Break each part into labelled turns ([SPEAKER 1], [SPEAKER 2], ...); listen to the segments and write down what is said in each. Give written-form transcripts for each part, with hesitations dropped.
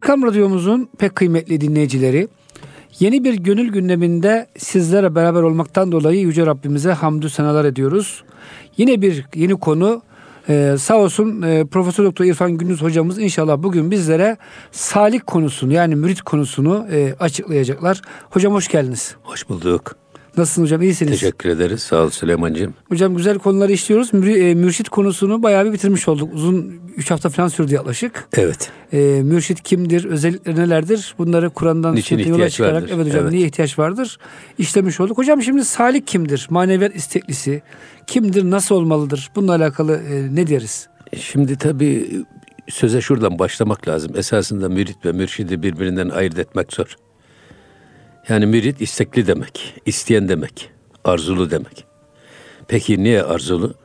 [SPEAKER 1] Erkam Radyomuzun pek kıymetli dinleyicileri, yeni bir gönül gündeminde sizlere beraber olmaktan dolayı Yüce Rabbimize hamdü senalar ediyoruz. Yeni konu, sağ olsun Profesör Doktor İrfan Gündüz hocamız inşallah bugün bizlere salik konusunu, yani mürit konusunu açıklayacaklar. Hocam hoş geldiniz.
[SPEAKER 2] Hoş bulduk.
[SPEAKER 1] Nasılsın hocam, iyisiniz?
[SPEAKER 2] Teşekkür ederiz. Sağ ol Süleyman'cığım.
[SPEAKER 1] Hocam güzel konuları işliyoruz. Mürşit konusunu bayağı bir bitirmiş olduk. Uzun 3 hafta falan sürdü yaklaşık.
[SPEAKER 2] Evet.
[SPEAKER 1] Mürşit kimdir? Özellikleri nelerdir? Bunları Kur'an'dan
[SPEAKER 2] niçin
[SPEAKER 1] yola
[SPEAKER 2] ihtiyaç
[SPEAKER 1] çıkarak,
[SPEAKER 2] vardır?
[SPEAKER 1] evet hocam,
[SPEAKER 2] Evet.
[SPEAKER 1] niye ihtiyaç vardır? İşlemiş olduk. Hocam şimdi salik kimdir? Maneviyat isteklisi kimdir? Nasıl olmalıdır? Bununla alakalı ne deriz?
[SPEAKER 2] Şimdi tabii söze şuradan başlamak lazım. Esasında mürit ve mürşidi birbirinden ayırt etmek zor. Yani mürit istekli demek, isteyen demek, arzulu demek. Peki niye arzulu?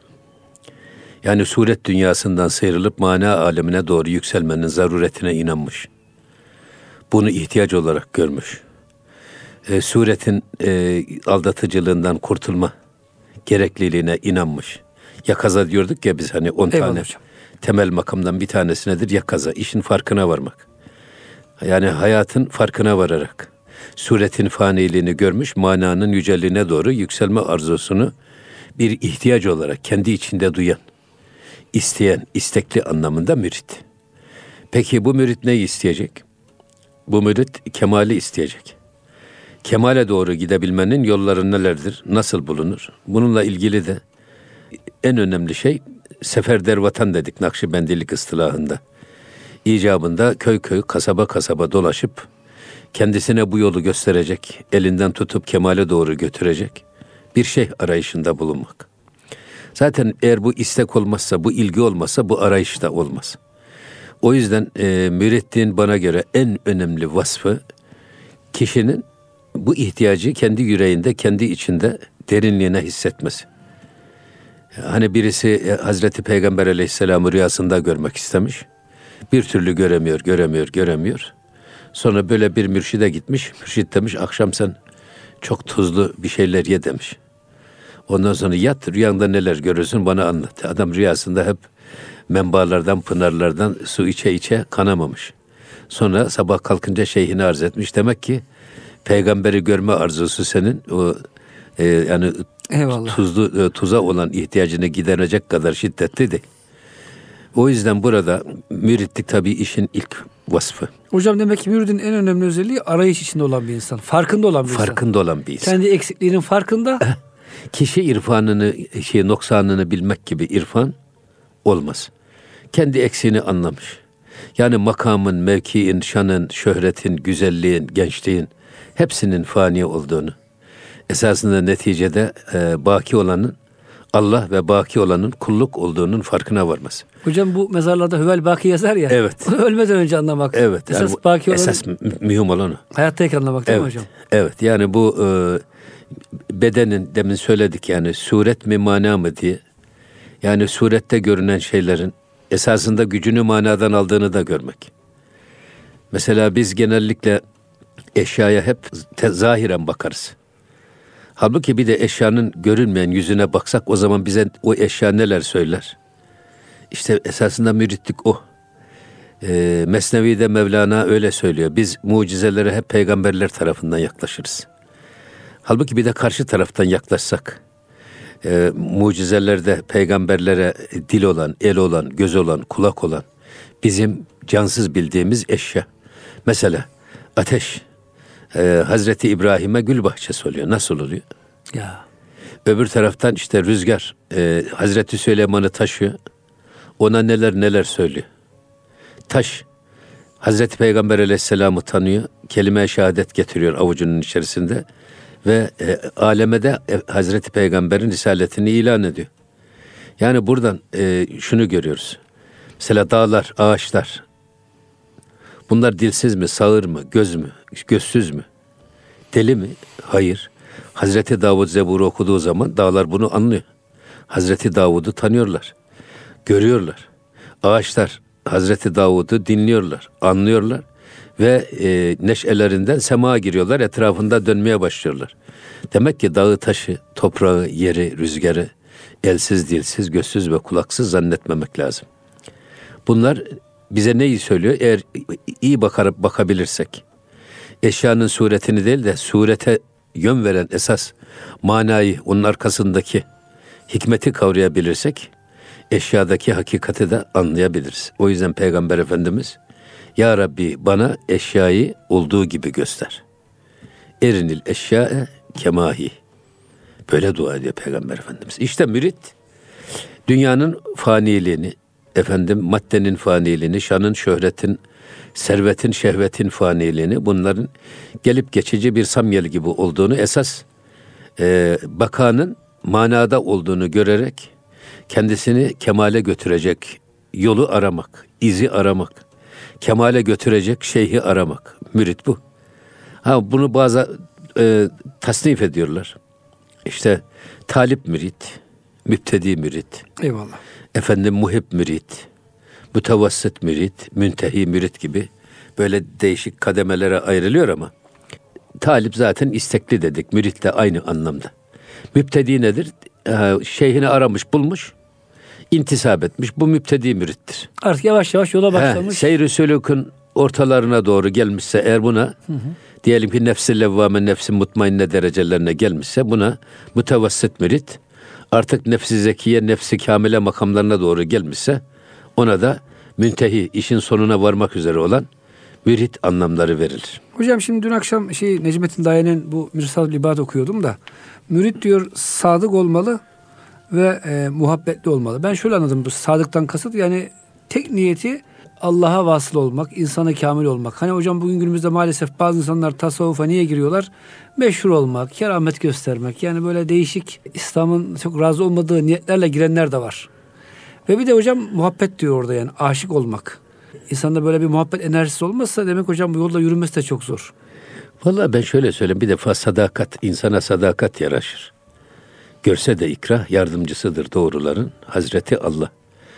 [SPEAKER 2] Yani suret dünyasından sıyrılıp mana alemine doğru yükselmenin zaruretine inanmış. Bunu ihtiyaç olarak görmüş. Suretin aldatıcılığından kurtulma gerekliliğine inanmış. Yakaza diyorduk ya biz, hani 10 tane
[SPEAKER 1] hocam.
[SPEAKER 2] temel makamdan bir tanesi nedir? Yakaza, işin farkına varmak. Yani hayatın farkına vararak suretin faniliğini görmüş, mananın yüceliğine doğru yükselme arzusunu bir ihtiyaç olarak kendi içinde duyan, isteyen, istekli anlamında mürit. Peki bu mürit neyi isteyecek? Bu mürit kemali isteyecek. Kemale doğru gidebilmenin yolları nelerdir? Nasıl bulunur? Bununla ilgili de en önemli şey seferder vatan dedik Nakşibendilik ıstılahında. İcabında köy köy, kasaba kasaba dolaşıp kendisine bu yolu gösterecek, elinden tutup kemale doğru götürecek bir şey arayışında bulunmak. Zaten eğer bu istek olmazsa, bu ilgi olmazsa bu arayış da olmaz. O yüzden müritliğin bana göre en önemli vasfı kişinin bu ihtiyacı kendi yüreğinde, kendi içinde derinliğine hissetmesi. Hani birisi Hazreti Peygamber Aleyhisselam'ı rüyasında görmek istemiş. Bir türlü göremiyor. Sonra böyle bir mürşide gitmiş. Mürşit demiş, akşam sen çok tuzlu bir şeyler ye demiş. Ondan sonra yat, rüyanda neler görürsün bana anlat. Adam rüyasında hep menbalardan, pınarlardan su içe içe kanamamış. Sonra sabah kalkınca şeyhini arz etmiş. Demek ki peygamberi görme arzusu senin o yani
[SPEAKER 1] Eyvallah.
[SPEAKER 2] Tuza olan ihtiyacını giderecek kadar şiddetli değil. O yüzden burada müritlik tabii işin ilk vasfı.
[SPEAKER 1] Hocam demek ki müridin en önemli özelliği arayış içinde olan bir insan. Farkında olan bir insan.
[SPEAKER 2] Farkında olan bir insan.
[SPEAKER 1] Kendi eksikliğinin farkında.
[SPEAKER 2] Kişi irfanını, noksanını bilmek gibi irfan olmaz. Kendi eksiğini anlamış. Yani makamın, mevkiin, şanın, şöhretin, güzelliğin, gençliğin hepsinin fani olduğunu, esasında neticede baki olanın Allah ve baki olanın kulluk olduğunun farkına varması.
[SPEAKER 1] Hocam bu mezarlarda Hüvel Baki yazar ya.
[SPEAKER 2] Evet.
[SPEAKER 1] Ölmeden önce anlamak.
[SPEAKER 2] Evet.
[SPEAKER 1] Esas
[SPEAKER 2] Yani
[SPEAKER 1] baki olanı,
[SPEAKER 2] esas mühim olan o.
[SPEAKER 1] hayattayken anlamak değil mi hocam?
[SPEAKER 2] Evet. Yani bu bedenin, demin söyledik yani suret mi mana mı diye. Yani surette görünen şeylerin esasında gücünü manadan aldığını da görmek. Mesela biz genellikle eşyaya hep zahiren bakarız. Halbuki bir de eşyanın görünmeyen yüzüne baksak o zaman bize o eşya neler söyler? İşte esasında müritlik o. Mesnevi'de Mevlana öyle söylüyor. Biz mucizelere hep peygamberler tarafından yaklaşırız. Halbuki bir de karşı taraftan yaklaşsak, mucizelerde peygamberlere dil olan, el olan, göz olan, kulak olan, bizim cansız bildiğimiz eşya. Mesela ateş, Hazreti İbrahim'e gül bahçesi oluyor. Nasıl oluyor?
[SPEAKER 1] Ya.
[SPEAKER 2] Öbür taraftan işte rüzgar, Hazreti Süleyman'ı taşıyor. Ona neler söylüyor. Taş, Hazreti Peygamber Aleyhisselam'ı tanıyor. Kelime-i şehadet getiriyor avucunun içerisinde. Ve aleme de Hazreti Peygamber'in risaletini ilan ediyor. Yani buradan şunu görüyoruz. Mesela dağlar, ağaçlar. Bunlar dilsiz mi, sağır mı, gözsüz mü? Deli mi? Hayır. Hazreti Davud Zebur'u okuduğu zaman dağlar bunu anlıyor. Hazreti Davud'u tanıyorlar. Görüyorlar. Ağaçlar Hazreti Davud'u dinliyorlar, anlıyorlar. Ve neşelerinden semağa giriyorlar, etrafında dönmeye başlıyorlar. Demek ki dağı, taşı, toprağı, yeri, rüzgarı elsiz, dilsiz, gözsüz ve kulaksız zannetmemek lazım. Bunlar bize neyi söylüyor? Eğer iyi bakabilirsek, eşyanın suretini değil de surete yön veren esas manayı, onun arkasındaki hikmeti kavrayabilirsek, eşyadaki hakikati de anlayabiliriz. O yüzden Peygamber Efendimiz, Ya Rabbi bana eşyayı olduğu gibi göster. Erinil eşya'e kemahi. Böyle dua ediyor Peygamber Efendimiz. İşte mürit, dünyanın faniliğini, maddenin faniliğini, şanın, şöhretin, servetin, şehvetin faniliğini, bunların gelip geçici bir samyel gibi olduğunu, esas bakanın manada olduğunu görerek kendisini kemale götürecek yolu aramak, izi aramak, kemale götürecek şeyhi aramak. Mürit bu. Bunu bazı tasnif ediyorlar. İşte talip mürit, müptedi mürit.
[SPEAKER 1] Eyvallah.
[SPEAKER 2] Muhib mürit, mütevassit mürit, müntehi mürit gibi böyle değişik kademelere ayrılıyor ama talip zaten istekli dedik. Mürit de aynı anlamda. Müptedi nedir? Şeyhini aramış, bulmuş, intisap etmiş. Bu müptedi mürittir.
[SPEAKER 1] Artık yavaş yavaş yola başlamış.
[SPEAKER 2] Seyr-i sülûkün ortalarına doğru gelmişse eğer buna, diyelim ki nefs-i levvâme, nefs-i mutmainne derecelerine gelmişse buna mütevassit mürit, artık nefs-i zekiye, nefs-i kamile makamlarına doğru gelmişse ona da müntehi, işin sonuna varmak üzere olan mürit anlamları verilir.
[SPEAKER 1] Hocam şimdi dün akşam Necmettin Daye'nin bu Mirsad-ı İbad okuyordum da, mürit diyor sadık olmalı ve muhabbetli olmalı. Ben şöyle anladım bu sadıktan kasıt, yani tek niyeti Allah'a vasıl olmak, insana kamil olmak. Hani hocam bugün günümüzde maalesef bazı insanlar tasavvufa niye giriyorlar? Meşhur olmak, keramet göstermek. Yani böyle değişik, İslam'ın çok razı olmadığı niyetlerle girenler de var. Ve bir de hocam muhabbet diyor orada, yani aşık olmak. İnsanda böyle bir muhabbet enerjisi olmazsa demek hocam bu yolda yürümesi de çok zor.
[SPEAKER 2] Vallahi ben şöyle söyleyeyim, bir defa sadakat, insana sadakat yaraşır. Görse de ikrah, yardımcısıdır doğruların Hazreti Allah.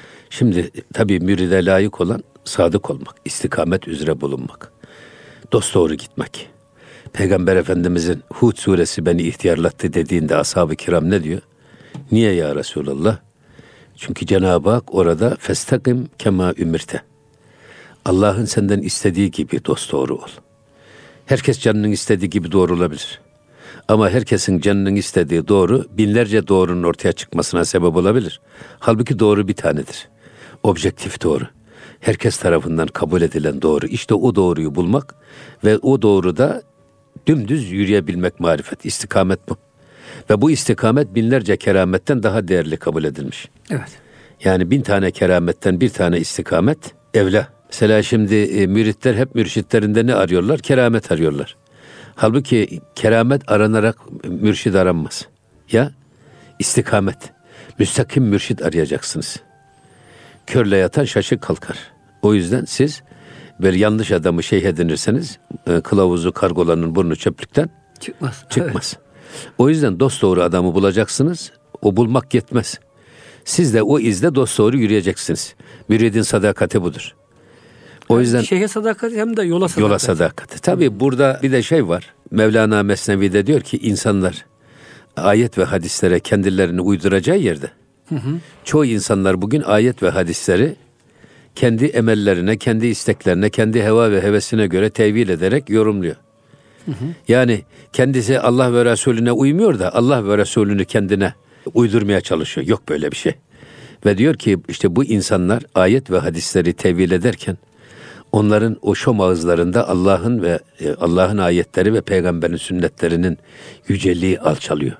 [SPEAKER 2] Şimdi tabii müride layık olan sadık olmak, istikamet üzere bulunmak, dosdoğru gitmek. Peygamber Efendimizin Hud suresi beni ihtiyarlattı dediğinde ashab-ı kiram ne diyor? Niye ya Resulallah? Çünkü Cenab-ı Hak orada festakim kema ümirte. Allah'ın senden istediği gibi dosdoğru ol. Herkes canının istediği gibi doğru olabilir. Ama herkesin canının istediği doğru, binlerce doğrunun ortaya çıkmasına sebep olabilir. Halbuki doğru bir tanedir. Objektif doğru. Herkes tarafından kabul edilen doğru. İşte o doğruyu bulmak ve o doğruda dümdüz yürüyebilmek marifet. İstikamet bu. Ve bu istikamet binlerce kerametten daha değerli kabul edilmiş.
[SPEAKER 1] Evet.
[SPEAKER 2] Yani 1000 tane kerametten bir tane istikamet evla. Mesela şimdi müritler hep mürşitlerinde ne arıyorlar? Keramet arıyorlar. Halbuki keramet aranarak mürşid aranmaz. Ya istikamet. Müstakim mürşid arayacaksınız. Körle yatan şaşık kalkar. O yüzden siz böyle yanlış adamı şeyh edinirseniz kılavuzu kargolanın burnu çöplükten çıkmaz. Evet. O yüzden dosdoğru adamı bulacaksınız. O bulmak yetmez. Siz de o izle dosdoğru yürüyeceksiniz. Müridin sadakati budur. O yüzden
[SPEAKER 1] şeyhe sadakat hem de yola sadakat.
[SPEAKER 2] Yola sadakati. Tabii burada bir de şey var. Mevlana Mesnevi'de diyor ki insanlar ayet ve hadislere kendilerini uyduracağı yerde çoğu insanlar bugün ayet ve hadisleri kendi emellerine, kendi isteklerine, kendi heva ve hevesine göre tevil ederek yorumluyor. Yani kendisi Allah ve Resulüne uymuyor da Allah ve Resulünü kendine uydurmaya çalışıyor. Yok böyle bir şey. Ve diyor ki işte bu insanlar ayet ve hadisleri tevil ederken onların o şom ağızlarında Allah'ın ayetleri ve peygamberin sünnetlerinin yüceliği alçalıyor.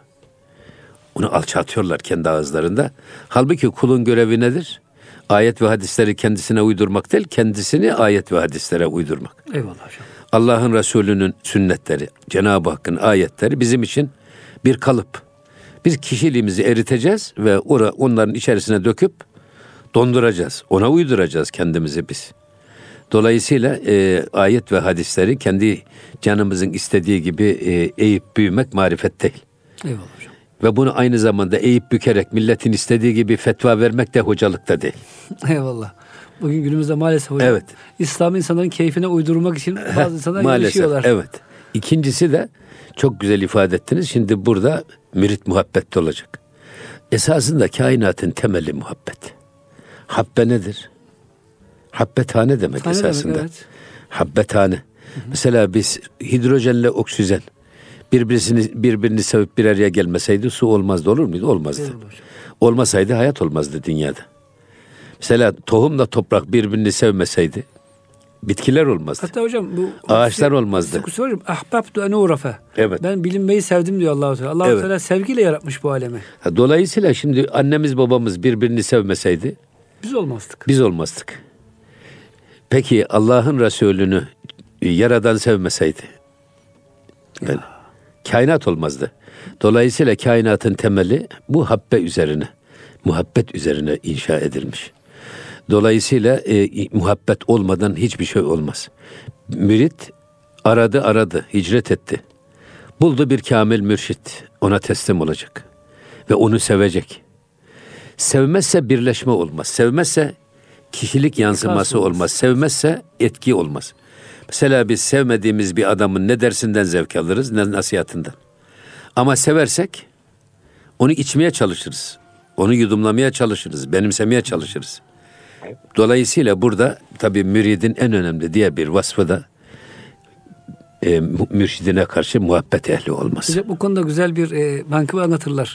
[SPEAKER 2] Onu alçaltıyorlar kendi ağızlarında. Halbuki kulun görevi nedir? Ayet ve hadisleri kendisine uydurmak değil, kendisini ayet ve hadislere uydurmak.
[SPEAKER 1] Eyvallah hocam.
[SPEAKER 2] Allah'ın Resulü'nün sünnetleri, Cenab-ı Hakk'ın ayetleri bizim için bir kalıp. Biz kişiliğimizi eriteceğiz ve onların içerisine döküp donduracağız. Ona uyduracağız kendimizi biz. Dolayısıyla ayet ve hadisleri kendi canımızın istediği gibi eğip büyümek marifet değil.
[SPEAKER 1] Eyvallah hocam.
[SPEAKER 2] Ve bunu aynı zamanda eğip bükerek milletin istediği gibi fetva vermek de hocalık da değil.
[SPEAKER 1] Eyvallah. Bugün günümüzde maalesef hocam,
[SPEAKER 2] evet.
[SPEAKER 1] İslam'ı insanların keyfine uydurmak için bazı insanlar girişiyorlar.
[SPEAKER 2] Evet. İkincisi de çok güzel ifade ettiniz. Şimdi burada mürit muhabbet olacak. Esasında kainatın temeli muhabbet. Habbe nedir? Habbethane demek
[SPEAKER 1] Tane
[SPEAKER 2] esasında.
[SPEAKER 1] demek, evet.
[SPEAKER 2] Habbethane. Mesela biz hidrojenle oksijen birbirini sevip bir araya gelmeseydi su olmazdı, olur muydu? Olmazdı. Olmasaydı hayat olmazdı dünyada. Mesela tohumla toprak birbirini sevmeseydi bitkiler olmazdı.
[SPEAKER 1] Hatta hocam bu
[SPEAKER 2] ağaçlar olmazdı.
[SPEAKER 1] Hocam ahbabtu en uğrafe.
[SPEAKER 2] Evet.
[SPEAKER 1] Ben bilinmeyi sevdim diyor Allah-u Teala. Allah-u Teala sevgiyle yaratmış bu alemi.
[SPEAKER 2] Dolayısıyla şimdi annemiz babamız birbirini sevmeseydi
[SPEAKER 1] Biz olmazdık.
[SPEAKER 2] biz olmazdık. Peki Allah'ın Resulünü yaradan sevmeseydi kainat olmazdı. Dolayısıyla kainatın temeli muhabbet üzerine inşa edilmiş. Dolayısıyla muhabbet olmadan hiçbir şey olmaz. Mürit aradı, hicret etti. Buldu bir kamil mürşit, ona teslim olacak ve onu sevecek. Sevmezse birleşme olmaz. Sevmezse kişilik yansıması olmaz. Sevmezse etki olmaz. Mesela biz sevmediğimiz bir adamın ne dersinden zevk alırız, ne nasihatından. Ama seversek onu içmeye çalışırız. Onu yudumlamaya çalışırız, benimsemeye çalışırız. Dolayısıyla burada tabii müridin en önemli diğer bir vasfı da mürşidine karşı muhabbet ehli olması.
[SPEAKER 1] Bu konuda güzel bir bankı anlatırlar.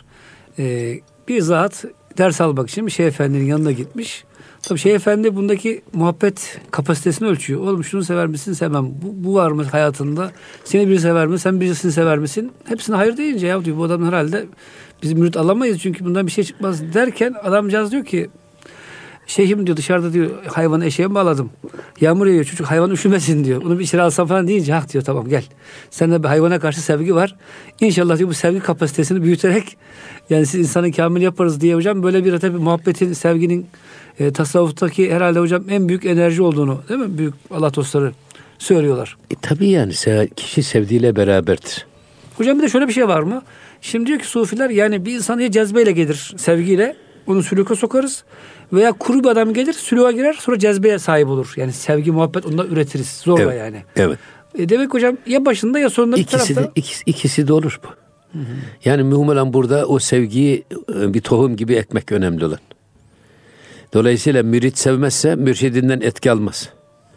[SPEAKER 1] Bir zat ders almak için bir Şeyh Efendi'nin yanına gitmiş. Tabii Şeyh Efendi bundaki muhabbet kapasitesini ölçüyor. Oğlum şunu sever misin, sevmem. Bu var mı hayatında? Seni biri sever mi? Sen birisini sever misin? Hepsine hayır deyince ya diyor bu adam herhalde biz mürit alamayız çünkü bundan bir şey çıkmaz derken adamcağız diyor ki şeyhim diyor dışarıda diyor hayvanı eşeğe mi bağladım? Yağmur yağıyor çocuk hayvan üşümesin diyor. Onu bir içeri alsam falan deyince hak diyor tamam gel. Sende bir hayvana karşı sevgi var. İnşallah diyor bu sevgi kapasitesini büyüterek yani siz insanı kamil yaparız diye hocam böyle bir tabii muhabbetin, sevginin tasavvuftaki herhalde hocam en büyük enerji olduğunu değil mi? Büyük Allah dostları söylüyorlar.
[SPEAKER 2] Tabii yani kişi sevdiğiyle beraberdir.
[SPEAKER 1] Hocam bir de şöyle bir şey var mı? Şimdi diyor ki sufiler yani bir insan ya cezbeyle gelir sevgiyle onu sülûka sokarız veya kuru bir adam gelir sülûğa girer sonra cezbeye sahip olur. Yani sevgi muhabbet ondan üretiriz zorla
[SPEAKER 2] evet,
[SPEAKER 1] yani.
[SPEAKER 2] Evet.
[SPEAKER 1] Demek hocam ya başında ya sonunda bir tarafta.
[SPEAKER 2] İkisi de olur bu. Hı hı. Yani mühim olan burada o sevgiyi bir tohum gibi ekmek önemli olan. Dolayısıyla mürit sevmezse mürşidinden etki almaz.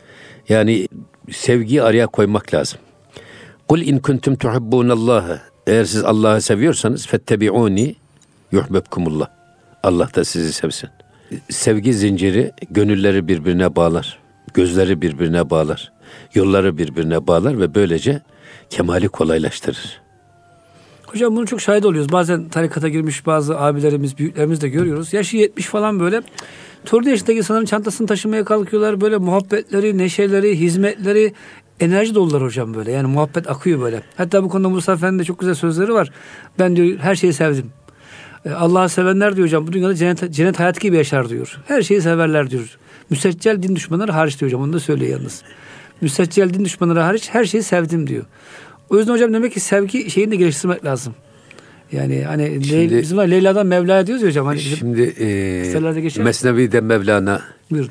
[SPEAKER 2] Yani sevgiyi araya koymak lazım. Kul in kuntum tuhibbunallaha. Eğer siz Allah'ı seviyorsanız fettebi'uni yuhbibkumullah. Allah da sizi sevsin. Sevgi zinciri gönülleri birbirine bağlar. Gözleri birbirine bağlar. Yolları birbirine bağlar ve böylece kemali kolaylaştırır.
[SPEAKER 1] Hocam bunu çok şahit oluyoruz. Bazen tarikata girmiş bazı abilerimiz, büyüklerimiz de görüyoruz. Yaşı 70 falan böyle. Torunu yaşındaki insanların çantasını taşımaya kalkıyorlar. Böyle muhabbetleri, neşeleri, hizmetleri, enerji dolular hocam böyle. Yani muhabbet akıyor böyle. Hatta bu konuda Musa Efendi'nin de çok güzel sözleri var. Ben diyor her şeyi sevdim. Allah'ı sevenler diyor hocam bu dünyada cennet hayatı gibi yaşar diyor. Her şeyi severler diyor. Müseccel din düşmanları hariç diyor hocam. Onu da söylüyor yalnız. Müseccel din düşmanları hariç her şeyi sevdim diyor. O yüzden hocam demek ki sevgi şeyini de geliştirmek lazım. Yani hani şimdi, bizim Leyla'dan Mevla'ya diyoruz ya hocam. Hani
[SPEAKER 2] şimdi Mesnevi'de Mevlana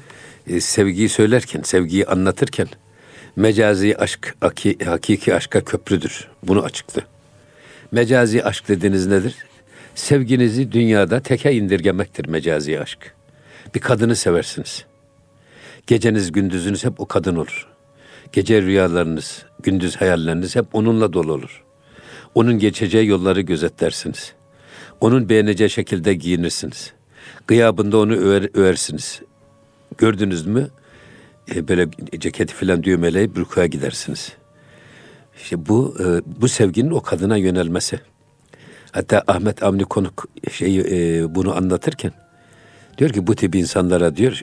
[SPEAKER 2] sevgiyi söylerken, sevgiyi anlatırken mecazi aşk hakiki aşka köprüdür. Bunu açıkladı. Mecazi aşk dediğiniz nedir? Sevginizi dünyada teke indirgemektir mecazi aşk. Bir kadını seversiniz. Geceniz gündüzünüz hep o kadın olur. Gece rüyalarınız, gündüz hayalleriniz hep onunla dolu olur. Onun geçeceği yolları gözetlersiniz. Onun beğeneceği şekilde giyinirsiniz. Gıyabında onu översiniz. Gördünüz mü böyle ceketi falan düğmeleyip rükûa gidersiniz. İşte bu sevginin o kadına yönelmesi. Hatta Ahmet Avni Konuk bunu anlatırken diyor ki bu tip insanlara diyor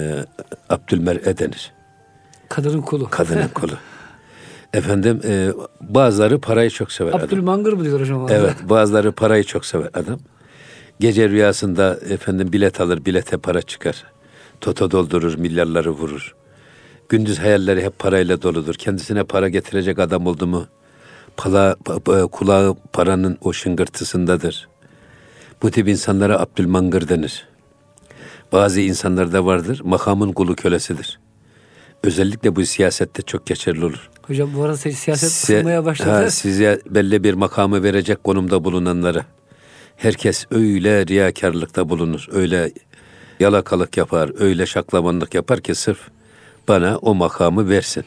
[SPEAKER 2] Abdülmer'e denir.
[SPEAKER 1] Kadının kulu.
[SPEAKER 2] Kadının kulu. Efendim bazıları parayı çok sever adam.
[SPEAKER 1] Abdülmangır mı diyor hocam?
[SPEAKER 2] Evet, bazıları parayı çok sever adam. Gece rüyasında efendim bilet alır, bilete para çıkar. Toto doldurur, milyarları vurur. Gündüz hayalleri hep parayla doludur. Kendisine para getirecek adam oldu mu kulağı paranın o şıngırtısındadır. Bu tip insanlara Abdülmangır denir. Bazı insanlarda vardır, makamın kulu kölesidir. Özellikle bu siyasette çok geçerli olur.
[SPEAKER 1] Hocam bu arada siyaset ısınmaya başladı.
[SPEAKER 2] Size belli bir makamı verecek konumda bulunanlara. Herkes öyle riyakarlıkta bulunur, öyle Yalakalık yapar, öyle şaklamanlık yapar ki sırf bana o makamı versin.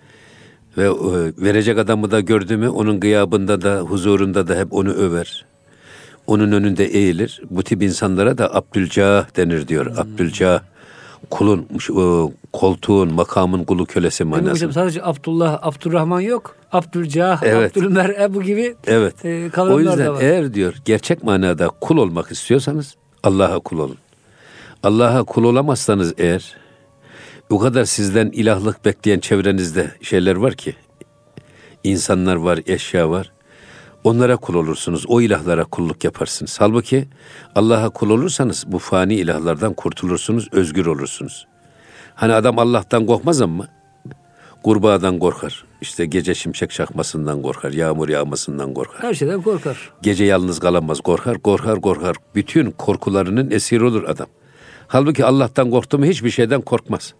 [SPEAKER 2] Ve verecek adamı da gördü mü onun gıyabında da huzurunda da hep onu över. Onun önünde eğilir. Bu tip insanlara da Abdülcah denir diyor. Abdülcah, kulun, koltuğun, makamın kulu, kölesi manası.
[SPEAKER 1] Hocam sadece Abdullah, Abdurrahman yok. Abdülcah,
[SPEAKER 2] Evet.
[SPEAKER 1] Abdülmer, bu gibi
[SPEAKER 2] Evet.
[SPEAKER 1] kavramlar
[SPEAKER 2] O yüzden
[SPEAKER 1] da var.
[SPEAKER 2] eğer diyor gerçek manada kul olmak istiyorsanız Allah'a kul olun. Allah'a kul olamazsanız eğer, o kadar sizden ilahlık bekleyen çevrenizde şeyler var ki, insanlar var, eşya var. Onlara kul olursunuz. O ilahlara kulluk yaparsınız. Halbuki Allah'a kul olursanız bu fani ilahlardan kurtulursunuz, özgür olursunuz. Hani adam Allah'tan korkmaz ama kurbağadan korkar. İşte gece şimşek çakmasından korkar, yağmur yağmasından korkar.
[SPEAKER 1] Her şeyden korkar.
[SPEAKER 2] Gece yalnız kalamaz, korkar. Bütün korkularının esiri olur adam. Halbuki Allah'tan korktu mu hiçbir şeyden korkmaz.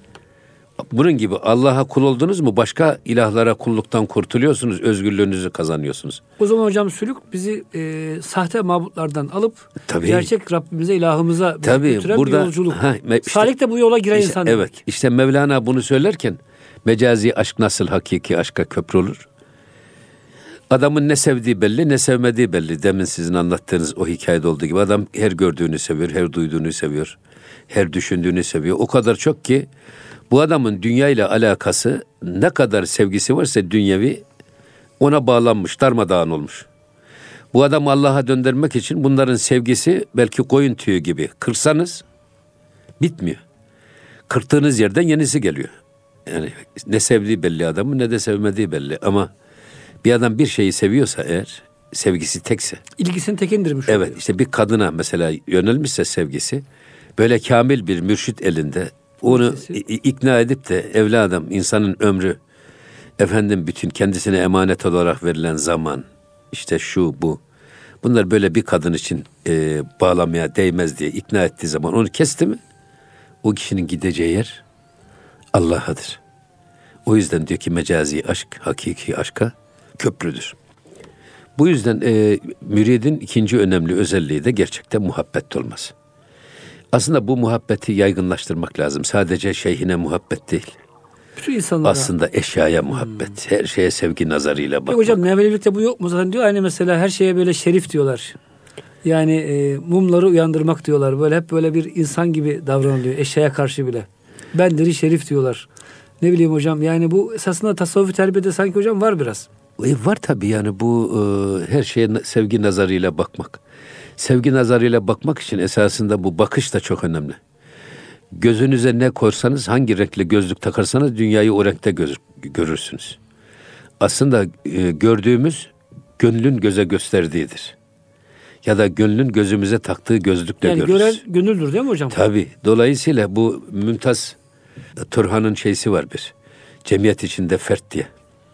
[SPEAKER 2] Bunun gibi Allah'a kul oldunuz mu başka ilahlara kulluktan kurtuluyorsunuz, özgürlüğünüzü kazanıyorsunuz.
[SPEAKER 1] O zaman hocam sülük bizi sahte mabutlardan alıp
[SPEAKER 2] Tabii.
[SPEAKER 1] gerçek Rabbimize, ilahımıza götüren bir yolculuk.
[SPEAKER 2] İşte,
[SPEAKER 1] Salih de bu yola giren insan demek.
[SPEAKER 2] Evet, işte Mevlana bunu söylerken mecazi aşk nasıl hakiki aşka köprü olur? Adamın ne sevdiği belli, ne sevmediği belli. Demin sizin anlattığınız o hikayede olduğu gibi adam her gördüğünü seviyor, her duyduğunu seviyor, her düşündüğünü seviyor. O kadar çok ki bu adamın dünya ile alakası, ne kadar sevgisi varsa dünyevi, ona bağlanmış, darmadağın olmuş. Bu adamı Allah'a döndürmek için bunların sevgisi belki koyun tüyü gibi. Kırsanız bitmiyor. Kırktığınız yerden yenisi geliyor. Yani ne sevdiği belli adamın, ne de sevmediği belli. Ama bir adam bir şeyi seviyorsa eğer, sevgisi tekse.
[SPEAKER 1] İlgisini tekindirmiş.
[SPEAKER 2] Evet, işte bir kadına mesela yönelmişse sevgisi, böyle kamil bir mürşit elinde, onu ikna edip de evladım, insanın ömrü, efendim bütün kendisine emanet olarak verilen zaman, işte şu bu, bunlar böyle bir kadın için bağlamaya değmez diye ikna ettiği zaman onu kesti mi, o kişinin gideceği yer Allah'adır. O yüzden diyor ki mecazi aşk hakiki aşka köprüdür. Bu yüzden müridin ikinci önemli özelliği de gerçekten muhabbet olması. Aslında bu muhabbeti yaygınlaştırmak lazım. Sadece şeyhine muhabbet değil.
[SPEAKER 1] Bütün insanlara.
[SPEAKER 2] Aslında eşyaya muhabbet. Her şeye sevgi nazarıyla bakmak.
[SPEAKER 1] Hocam Mevlevilikte bu yok mu zaten diyor. Hani mesela her şeye böyle şerif diyorlar. Yani mumları uyandırmak diyorlar. Böyle hep böyle bir insan gibi davranılıyor. Eşyaya karşı bile. Bendiri şerif diyorlar. Ne bileyim hocam, yani bu esasında tasavvufi terbiyede sanki hocam var biraz.
[SPEAKER 2] Var tabii, yani bu her şeye sevgi nazarıyla bakmak. Sevgi nazarıyla bakmak için esasında bu bakış da çok önemli. Gözünüze ne koysanız, hangi renkli gözlük takarsanız dünyayı o renkte görürsünüz. Aslında gördüğümüz gönlün göze gösterdiğidir. Ya da gönlün gözümüze taktığı gözlükle
[SPEAKER 1] yani
[SPEAKER 2] görürüz.
[SPEAKER 1] gören gönüldür değil mi hocam?
[SPEAKER 2] Tabii. Dolayısıyla bu Mümtaz Turhan'ın şeysi var bir. Cemiyet içinde fert diye.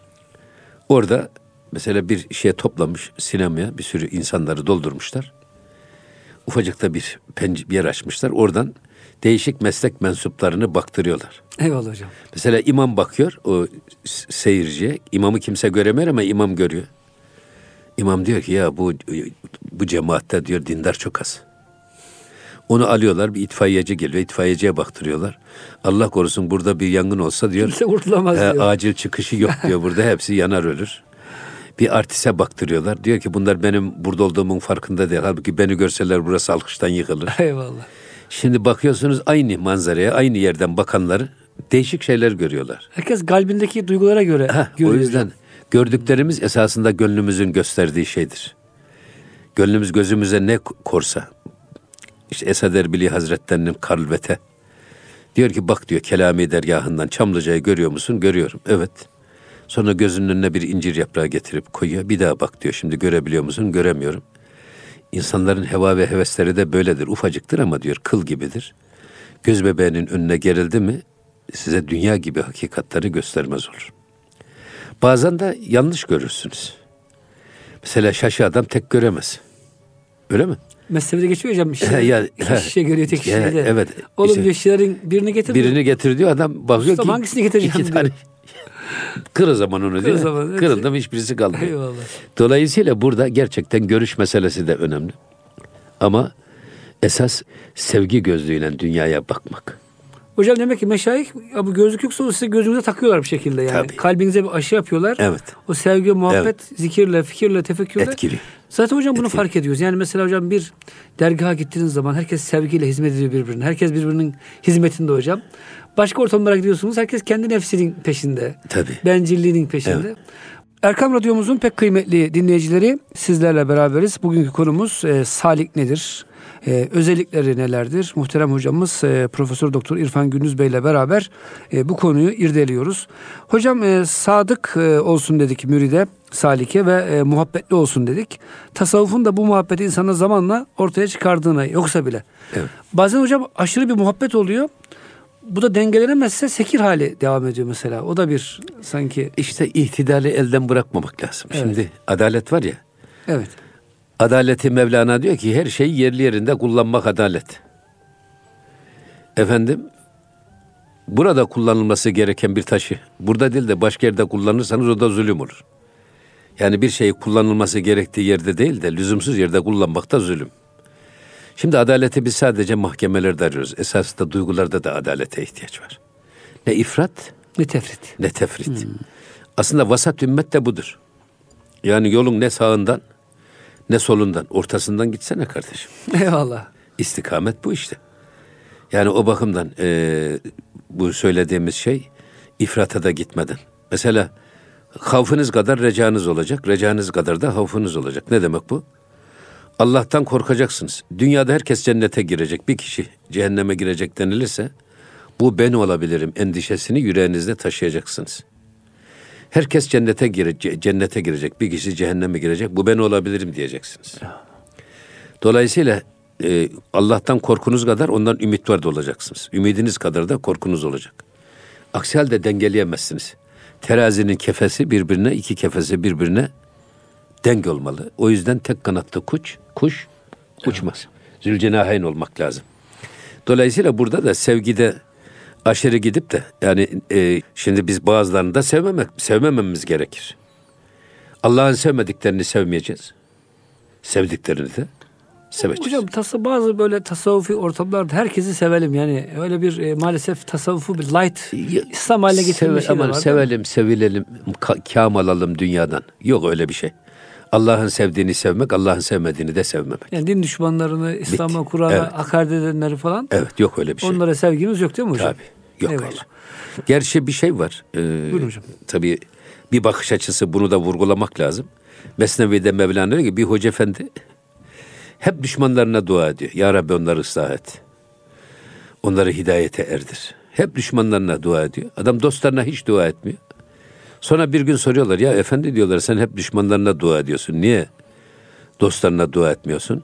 [SPEAKER 2] Orada mesela bir şeye toplamış, sinemaya bir sürü insanları doldurmuşlar. Ufacıkta bir yer açmışlar. Oradan değişik meslek mensuplarını baktırıyorlar.
[SPEAKER 1] Eyvallah hocam.
[SPEAKER 2] Mesela imam bakıyor o seyirciye. İmamı kimse göremiyor ama imam görüyor. İmam diyor ki ya bu cemaatte diyor dindar çok az. Onu alıyorlar, bir itfaiyeci geliyor. İtfaiyeciye baktırıyorlar. Allah korusun burada bir yangın olsa diyor.
[SPEAKER 1] Kimse kurtulamaz diyor.
[SPEAKER 2] Acil çıkışı yok diyor burada. Hepsi yanar ölür. Bir artiste baktırıyorlar. Diyor ki bunlar benim burada olduğumun farkında değil. Halbuki beni görseler burası alkıştan yıkılır.
[SPEAKER 1] Eyvallah.
[SPEAKER 2] Şimdi bakıyorsunuz aynı manzaraya, aynı yerden bakanlar değişik şeyler görüyorlar.
[SPEAKER 1] Herkes kalbindeki duygulara göre görüyor.
[SPEAKER 2] O yüzden gördüklerimiz esasında gönlümüzün gösterdiği şeydir. Gönlümüz gözümüze ne korsa, işte Esad Erbili Hazretlerinin kalbete diyor ki bak diyor Kelami dergahından Çamlıca'yı görüyor musun? Görüyorum. Evet. Sonra gözünün önüne bir incir yaprağı getirip koyuyor. Bir daha bak diyor, şimdi görebiliyor musun? Göremiyorum. İnsanların heva ve hevesleri de böyledir. Ufacıktır ama diyor kıl gibidir. Göz bebeğinin önüne gerildi mi size dünya gibi hakikatleri göstermez olur. Bazen de yanlış görürsünüz. Mesela şaşı adam tek göremez. Öyle mi?
[SPEAKER 1] Mesleğinde geçiyor hocam. İki şişe görüyor tek şişede.
[SPEAKER 2] Evet.
[SPEAKER 1] Oğlum
[SPEAKER 2] işte,
[SPEAKER 1] diyor şişelerin birini getir.
[SPEAKER 2] Birini getir diyor, adam bakıyor
[SPEAKER 1] Ustam,
[SPEAKER 2] ki
[SPEAKER 1] hangisini getireceğim
[SPEAKER 2] iki tane. Kır o zaman onu diyor. Kırıldı mı hiçbirisi kalmıyor.
[SPEAKER 1] Eyvallah.
[SPEAKER 2] Dolayısıyla burada gerçekten görüş meselesi de önemli. Ama Esas sevgi gözlüğüyle dünyaya bakmak.
[SPEAKER 1] Hocam demek ki meşayih bu gözlük yoksa o size gözünüze takıyorlar bir şekilde yani.
[SPEAKER 2] Tabii.
[SPEAKER 1] Kalbinize bir aşı yapıyorlar.
[SPEAKER 2] Evet.
[SPEAKER 1] O sevgi, muhabbet, zikirle, fikirle, tefekkürle.
[SPEAKER 2] Etkili.
[SPEAKER 1] Zaten hocam bunu fark ediyoruz. Yani mesela hocam bir dergaha gittiğiniz zaman herkes sevgiyle hizmet ediyor birbirine. Herkes birbirinin hizmetinde hocam. Başka ortamlara gidiyorsunuz. Herkes kendi nefsinin peşinde.
[SPEAKER 2] Tabii.
[SPEAKER 1] Bencilliğinin peşinde.
[SPEAKER 2] Evet.
[SPEAKER 1] Erkam Radyomuzun pek kıymetli dinleyicileri, sizlerle beraberiz. Bugünkü konumuz salik nedir? Özellikleri nelerdir? Muhterem hocamız Profesör Doktor İrfan Gündüz Bey ile beraber bu konuyu irdeliyoruz. Hocam sadık olsun dedik müride, salike ve muhabbetli olsun dedik. Tasavvufun da bu muhabbeti insana zamanla ortaya çıkardığına yoksa bile.
[SPEAKER 2] Evet.
[SPEAKER 1] Bazen hocam aşırı bir muhabbet oluyor. Bu da dengelenemezse sekir hali devam ediyor mesela. O da bir sanki...
[SPEAKER 2] İşte itidali elden bırakmamak lazım.
[SPEAKER 1] Evet.
[SPEAKER 2] Şimdi adalet var ya.
[SPEAKER 1] Evet.
[SPEAKER 2] Adaleti Mevlana diyor ki her şeyi yerli yerinde kullanmak adalet. Efendim, burada kullanılması gereken bir taşı burada değil de başka yerde kullanırsanız o da zulüm olur. Yani bir şeyi kullanılması gerektiği yerde değil de lüzumsuz yerde kullanmak da zulüm. Şimdi adaleti biz sadece mahkemelerde arıyoruz. Esasında duygularda da adalete ihtiyaç var. Ne ifrat
[SPEAKER 1] Ne tefrit.
[SPEAKER 2] ne tefrit. Aslında vasat ümmet de budur. Yani yolun ne sağından ne solundan, ortasından gitsene kardeşim.
[SPEAKER 1] Eyvallah.
[SPEAKER 2] İstikamet bu işte. Yani o bakımdan bu söylediğimiz şey ifrata da gitmeden. Mesela havfınız kadar recanız olacak, recanız kadar da havfınız olacak. Ne demek bu? Allah'tan korkacaksınız. Dünyada herkes cennete girecek. Bir kişi cehenneme girecek denilirse bu ben olabilirim endişesini yüreğinizde taşıyacaksınız. Herkes cennete girecek. Bir kişi cehenneme girecek. Bu ben olabilirim diyeceksiniz. Dolayısıyla Allah'tan korkunuz kadar ondan ümit var da olacaksınız. Ümidiniz kadar da korkunuz olacak. Aksi halde dengeleyemezsiniz. Terazinin kefesi birbirine, iki kefesi birbirine denk olmalı. O yüzden tek kanatlı kuş uçmaz. Zülcenaheyn olmak lazım. Dolayısıyla burada da sevgide aşırı gidip de yani şimdi biz bazılarını da sevmememiz gerekir. Allah'ın sevmediklerini sevmeyeceğiz. Sevdiklerini de seveceğiz.
[SPEAKER 1] Hocam bazı böyle tasavvufi ortamlarda herkesi sevelim yani öyle bir maalesef tasavvufu bir light İslam haline getirme şeyler var.
[SPEAKER 2] Sevelim, sevilelim, kâm alalım dünyadan. Yok öyle bir şey. Allah'ın sevdiğini sevmek, Allah'ın sevmediğini de sevmemek.
[SPEAKER 1] Yani din düşmanlarını, İslam'a, Kur'an'a hakaret edenleri falan.
[SPEAKER 2] Evet, yok öyle bir şey.
[SPEAKER 1] Onlara sevgimiz yok değil mi hocam?
[SPEAKER 2] Tabii, yok.
[SPEAKER 1] Eyvallah.
[SPEAKER 2] Hayır. Gerçi bir şey var.
[SPEAKER 1] Buyurun hocam.
[SPEAKER 2] Tabii bir bakış açısı bunu da vurgulamak lazım. Mesnevi'de Mevlana diyor ki bir hoca efendi hep düşmanlarına dua ediyor. Ya Rabbi onları ıslah et. Onları hidayete erdir. Hep düşmanlarına dua ediyor. Adam dostlarına hiç dua etmiyor. Sonra bir gün soruyorlar ya efendi diyorlar sen hep düşmanlarına dua ediyorsun. Niye dostlarına dua etmiyorsun?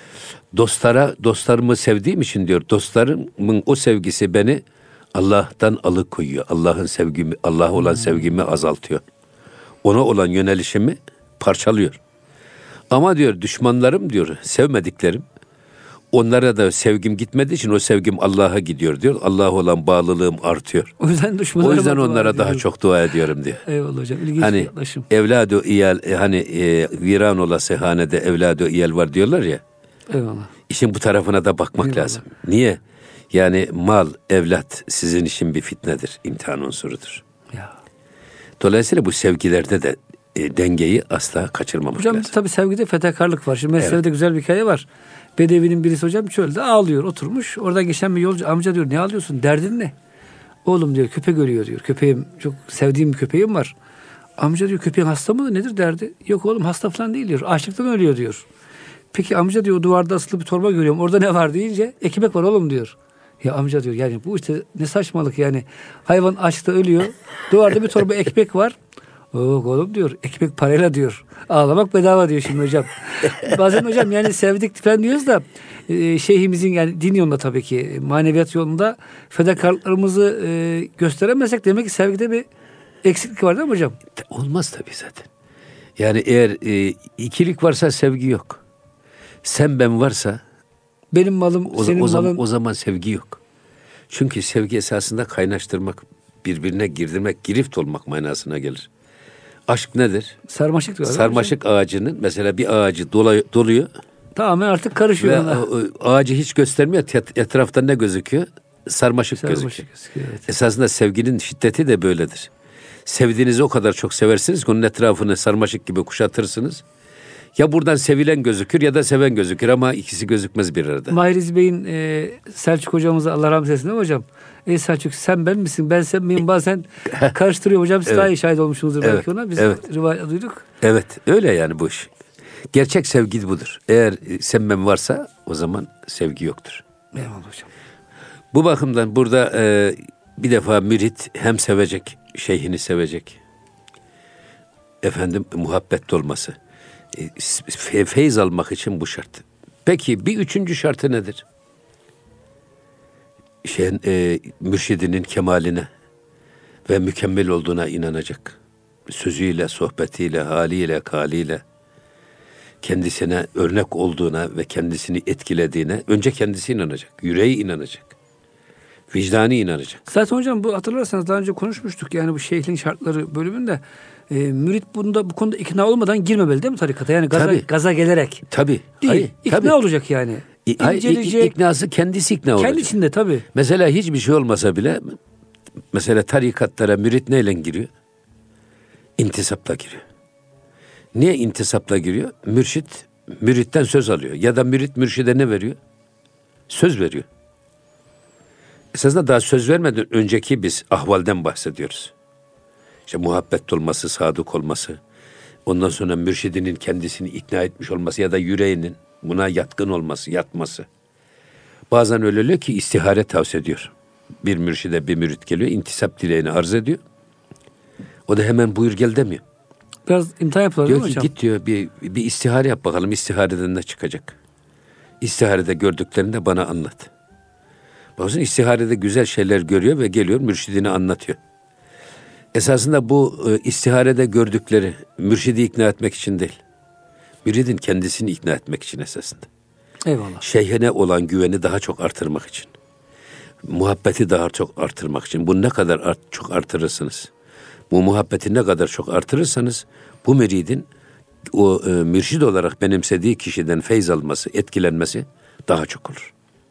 [SPEAKER 2] Dostlarımı sevdiğim için diyor. Dostlarımın o sevgisi beni Allah'tan alıkoyuyor. Allah'a olan sevgimi azaltıyor. Ona olan yönelişimi parçalıyor. Ama diyor düşmanlarım diyor sevmediklerim. Onlara da sevgim gitmediği için o sevgim Allah'a gidiyor diyor. Allah'a olan bağlılığım artıyor.
[SPEAKER 1] O yüzden
[SPEAKER 2] onlara daha çok dua ediyorum diyor.
[SPEAKER 1] Eyvallah hocam. İlginç
[SPEAKER 2] hani
[SPEAKER 1] bir yaklaşım.
[SPEAKER 2] evladı iyal viran olası hanede evladı iyal var diyorlar ya.
[SPEAKER 1] Eyvallah.
[SPEAKER 2] İşin bu tarafına da bakmak lazım. Niye? Yani mal, evlat sizin için bir fitnedir, imtihan unsurudur.
[SPEAKER 1] Ya.
[SPEAKER 2] Dolayısıyla bu sevgilerde de dengeyi asla kaçırmamak
[SPEAKER 1] hocam,
[SPEAKER 2] lazım.
[SPEAKER 1] Tabii sevgide fedakarlık var. Şimdi Mesnevi'de güzel bir hikaye var. Bedevinin birisi hocam çölde ağlıyor, oturmuş. Oradan geçen bir yolcu amca diyor ne ağlıyorsun, derdin ne? Oğlum diyor köpek ölüyor diyor. Köpeğim, çok sevdiğim bir köpeğim var. Amca diyor köpeğin hasta mı, nedir derdi? Yok oğlum hasta falan değil diyor. Açlıktan ölüyor diyor. Peki amca diyor duvarda asılı bir torba görüyorum. Orada ne var deyince ekmek var oğlum diyor. Ya amca diyor yani bu işte ne saçmalık yani. Hayvan açta ölüyor. Duvarda bir torba ekmek var. Oğlum diyor ekmek parayla diyor. Ağlamak bedava diyor şimdi hocam. Bazen hocam yani sevdik falan diyoruz da şeyhimizin yani din yolunda tabii ki maneviyat yolunda fedakarlıklarımızı gösteremezsek demek ki sevgide bir eksiklik var değil mi hocam?
[SPEAKER 2] Olmaz tabii zaten. Yani eğer ikilik varsa sevgi yok. Sen ben varsa
[SPEAKER 1] benim malım senin malın.
[SPEAKER 2] O zaman sevgi yok. Çünkü sevgi esasında kaynaştırmak, birbirine girdirmek, girift olmak manasına gelir. Aşk nedir?
[SPEAKER 1] Sarmaşık diyorlar.
[SPEAKER 2] Sarmaşık ağacının mesela bir ağacı doluyor.
[SPEAKER 1] Tamamen artık karışıyor
[SPEAKER 2] Ve
[SPEAKER 1] ona.
[SPEAKER 2] ağacı hiç göstermiyor. Etrafta ne gözüküyor? Sarmaşık gözüküyor.
[SPEAKER 1] Gözüküyor, evet.
[SPEAKER 2] Esasında sevginin şiddeti de böyledir. Sevdiğinizi o kadar çok seversiniz ki onun etrafını sarmaşık gibi kuşatırsınız. Ya buradan sevilen gözükür ya da seven gözükür ama ikisi gözükmez bir arada.
[SPEAKER 1] Mahiriz Bey'in Selçuk hocamıza Allah rahmet eylesin değil mi hocam? Ey Selçuk sen ben misin? Ben sen miyim? Bazen karıştırıyor hocam. Siz daha iyi şahit olmuşsunuzdur belki ona. Biz rivayet duyduk.
[SPEAKER 2] Evet öyle yani bu iş. Gerçek sevgi budur. Eğer sevmem varsa o zaman sevgi yoktur.
[SPEAKER 1] Eyvallah hocam.
[SPEAKER 2] Bu bakımdan burada bir defa mürit hem sevecek, şeyhini sevecek. Efendim muhabbet olması. Feyz almak için bu şart. Peki bir üçüncü şartı nedir? Mürşidinin kemaline ve mükemmel olduğuna inanacak. Sözüyle, sohbetiyle, haliyle, kaliyle kendisine örnek olduğuna ve kendisini etkilediğine önce kendisi inanacak. Yüreği inanacak. Vicdanı inanacak.
[SPEAKER 1] Zaten hocam bu hatırlarsanız daha önce konuşmuştuk. Yani bu şeyhliğin şartları bölümünde mürit bu konuda ikna olmadan girmemeli değil mi tarikata? Yani gaza gelerek.
[SPEAKER 2] Tabii.
[SPEAKER 1] Değil.
[SPEAKER 2] Hayır,
[SPEAKER 1] ikna
[SPEAKER 2] tabii.
[SPEAKER 1] olacak yani. İnceleyecek.
[SPEAKER 2] İknası kendisi ikna olacak.
[SPEAKER 1] Kendi içinde tabii.
[SPEAKER 2] Mesela hiçbir şey olmasa bile mesela tarikatlara mürit neyle giriyor? İntisapla giriyor. Niye intisapla giriyor? Mürşit müritten söz alıyor. Ya da mürit mürşide ne veriyor? Söz veriyor. Esasında daha söz vermeden önceki biz ahvalden bahsediyoruz. İşte muhabbet olması, sadık olması, ondan sonra mürşidinin kendisini ikna etmiş olması ya da yüreğinin buna yatkın olması, yatması. Bazen öyle oluyor ki istihare tavsiye ediyor. Bir mürşide bir mürit geliyor, intisap dileğini arz ediyor. O da hemen buyur gel demiyor.
[SPEAKER 1] Biraz imtihan yapıyorlar değil mi hocam?
[SPEAKER 2] Git diyor bir istihare yap bakalım, istihareden ne çıkacak? İstiharede gördüklerini bana anlat. Bazen istiharede güzel şeyler görüyor ve geliyor mürşidini anlatıyor. Esasında bu istiharede gördükleri mürşidi ikna etmek için değil. Müridin kendisini ikna etmek için esasında.
[SPEAKER 1] Eyvallah.
[SPEAKER 2] Şeyhine olan güveni daha çok artırmak için. Muhabbeti daha çok artırmak için. Bunu ne kadar çok artırırsınız? Bu muhabbeti ne kadar çok artırırsanız bu müridin o mürşid olarak benimsediği kişiden feyz alması, etkilenmesi daha çok olur.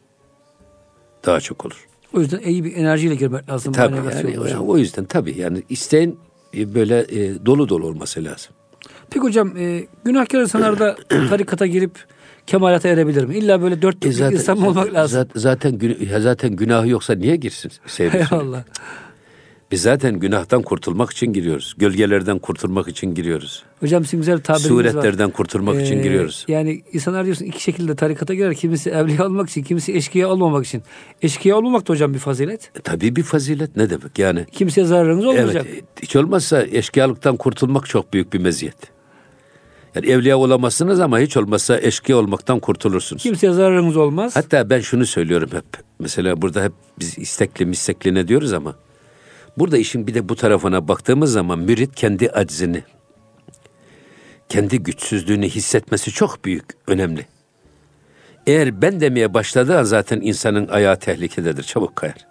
[SPEAKER 2] Daha çok olur.
[SPEAKER 1] O yüzden iyi bir enerjiyle girmek lazım.
[SPEAKER 2] Tabii yani, o yüzden tabii yani isteğin böyle dolu dolu olması lazım.
[SPEAKER 1] Peki hocam günahkar insanlar da tarikata girip kemalata erebilir mi? İlla böyle dört dörtlük insan mı olmak lazım?
[SPEAKER 2] Zaten günahı yoksa niye girsin?
[SPEAKER 1] Eyvallah.
[SPEAKER 2] Biz zaten günahtan kurtulmak için giriyoruz. Gölgelerden kurtulmak için giriyoruz.
[SPEAKER 1] Hocam sizin güzel bir tabiriniz var.
[SPEAKER 2] Suretlerden kurtulmak için giriyoruz.
[SPEAKER 1] Yani insanlar diyorsun iki şekilde tarikata girer. Kimisi evliya olmak için, kimisi eşkıya olmamak için. Eşkıya olmamak da hocam bir fazilet.
[SPEAKER 2] Tabii bir fazilet ne demek yani?
[SPEAKER 1] Kimseye zararınız olmayacak.
[SPEAKER 2] Evet, hiç olmazsa eşkıyalıktan kurtulmak çok büyük bir meziyet. Yani evliya olamazsınız ama hiç olmazsa eşkıya olmaktan kurtulursunuz.
[SPEAKER 1] Kimseye zararınız olmaz.
[SPEAKER 2] Hatta ben şunu söylüyorum hep. Mesela burada hep biz istekli ne diyoruz ama burada işin bir de bu tarafına baktığımız zaman mürit kendi aczini, kendi güçsüzlüğünü hissetmesi çok büyük, önemli. Eğer ben demeye başladığı an zaten insanın ayağı tehlikededir, çabuk kayar.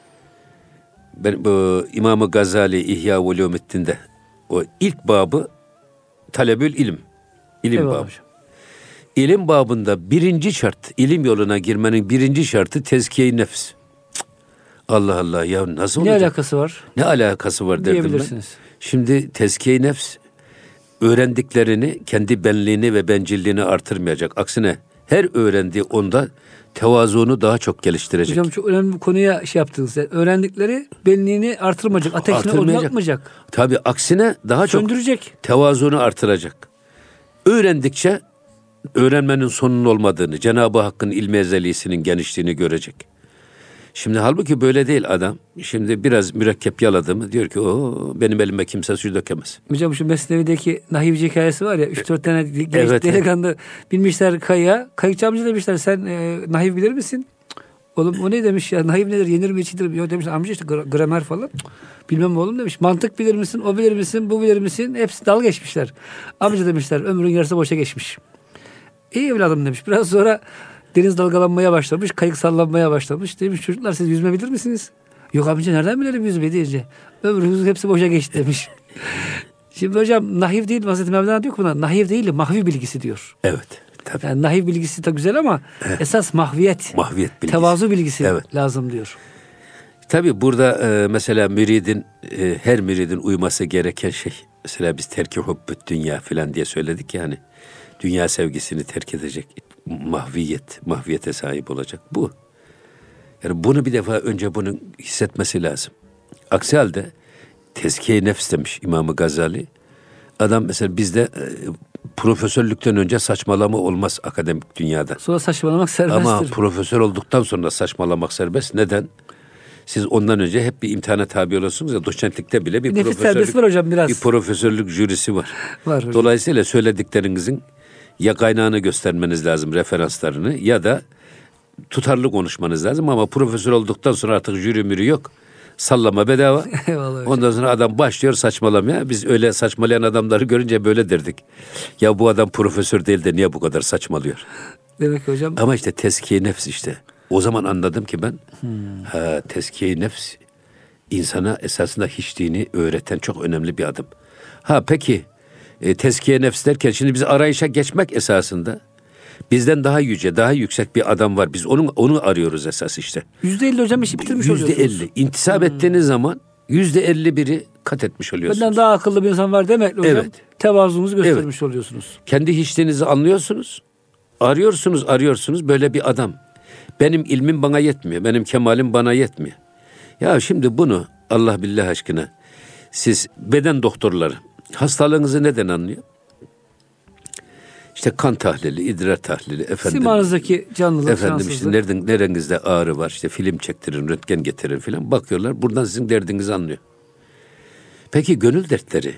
[SPEAKER 2] Ben bu İmam-ı Gazali İhya Ulûmuddin'de o ilk babı talebül ilim, ilim
[SPEAKER 1] Eyvallah
[SPEAKER 2] babı. İlim babında birinci şart, ilim yoluna girmenin birinci şartı tezkiye-i nefs. Allah Allah ya nasıl olacak?
[SPEAKER 1] Ne alakası var?
[SPEAKER 2] Ne alakası var derdim ben. Şimdi tezkiye-i nefs öğrendiklerini, kendi benliğini ve bencilliğini artırmayacak. Aksine her öğrendiği onda tevazuunu daha çok geliştirecek.
[SPEAKER 1] Hocam çok önemli bir konuya şey yaptınız. Yani öğrendikleri benliğini artırmayacak, ateşini odlatmayacak.
[SPEAKER 2] Tabii aksine daha
[SPEAKER 1] söndürecek.
[SPEAKER 2] Çok tevazuunu artıracak. Öğrendikçe öğrenmenin sonunun olmadığını, Cenab-ı Hakk'ın ilmi ezelisinin genişliğini görecek. Şimdi halbuki böyle değil adam. Şimdi biraz mürekkep yaladı mı diyor ki benim elime kimse su dökemez.
[SPEAKER 1] Hocam şu Mesnevi'deki Nahivci hikayesi var ya 3-4 tane genç delikanlı binmişler kayaya. Kayıkçı amca demişler sen nahiv bilir misin? Oğlum o ne demiş ya nahiv nedir yenir mi içilir mi? Yok demişler amca işte gramer falan. Bilmem oğlum demiş. Mantık bilir misin? O bilir misin? Bu bilir misin? Hepsi dalga geçmişler. Amca demişler ömrün yarısı boşa geçmiş. İyi evladım demiş. Biraz sonra deniz dalgalanmaya başlamış, kayık sallanmaya başlamış. Demiş çocuklar siz yüzme bilir misiniz? Yok amca nereden bilelim yüzme deyince. Ömrümüzün hepsi boşa geçti demiş. Şimdi hocam nahiv değil Hazreti Mevlana diyor ki buna nahiv değil de mahvi bilgisi diyor.
[SPEAKER 2] Evet. tabii.
[SPEAKER 1] Yani nahiv bilgisi de güzel ama esas mahviyet
[SPEAKER 2] bilgisi.
[SPEAKER 1] Tevazu bilgisi lazım diyor.
[SPEAKER 2] Tabii burada mesela her müridin uyması gereken şey. Mesela biz terk-i hubbü't dünya falan diye söyledik ya hani. Dünya sevgisini terk edecek. Mahviyete sahip olacak. Bu. Yani bunu bir defa önce bunun hissetmesi lazım. Aksi halde tezkiye-i nefs demiş İmam-ı Gazali. Adam mesela bizde profesörlükten önce saçmalama olmaz akademik dünyada.
[SPEAKER 1] Sonra saçmalamak serbesttir.
[SPEAKER 2] Ama profesör olduktan sonra saçmalamak serbest. Neden? Siz ondan önce hep bir imtihana tabi olursunuz ya, doçentlikte bile bir
[SPEAKER 1] profesörlük var hocam biraz.
[SPEAKER 2] Bir profesörlük jürisi var.
[SPEAKER 1] Var hocam.
[SPEAKER 2] Dolayısıyla söylediklerinizin ya kaynağını göstermeniz lazım, referanslarını, ya da tutarlı konuşmanız lazım ama profesör olduktan sonra artık jüri mürü yok. Sallama bedava. Ondan sonra adam başlıyor saçmalamaya. Biz öyle saçmalayan adamları görünce böyle derdik. Ya bu adam profesör değil de niye bu kadar saçmalıyor?
[SPEAKER 1] Demek hocam.
[SPEAKER 2] Ama işte tezkiye nefs işte. O zaman anladım ki ben tezkiye nefs insana esasında hiçliğini öğreten çok önemli bir adım. Peki tezkiye nefs derken şimdi biz arayışa geçmek esasında bizden daha yüce, daha yüksek bir adam var. Biz onu arıyoruz esas işte.
[SPEAKER 1] %50 hocam işi bitirmiş oluyorsunuz.
[SPEAKER 2] %50. İntisap ettiğiniz zaman %51'i kat etmiş oluyorsunuz.
[SPEAKER 1] Benden daha akıllı bir insan var demek hocam.
[SPEAKER 2] Evet.
[SPEAKER 1] Tevazunuzu göstermiş oluyorsunuz.
[SPEAKER 2] Kendi hiçliğinizi anlıyorsunuz. Arıyorsunuz böyle bir adam. Benim ilmim bana yetmiyor. Benim kemalim bana yetmiyor. Ya şimdi bunu Allah billah aşkına siz beden doktorları hastalığınızı neden anlıyor? İşte kan tahlili, idrar tahlili,
[SPEAKER 1] simanızdaki canlılık,
[SPEAKER 2] işte nerenizde ağrı var, işte film çektirin, röntgen getirin filan, bakıyorlar. Buradan sizin derdinizi anlıyor. Peki gönül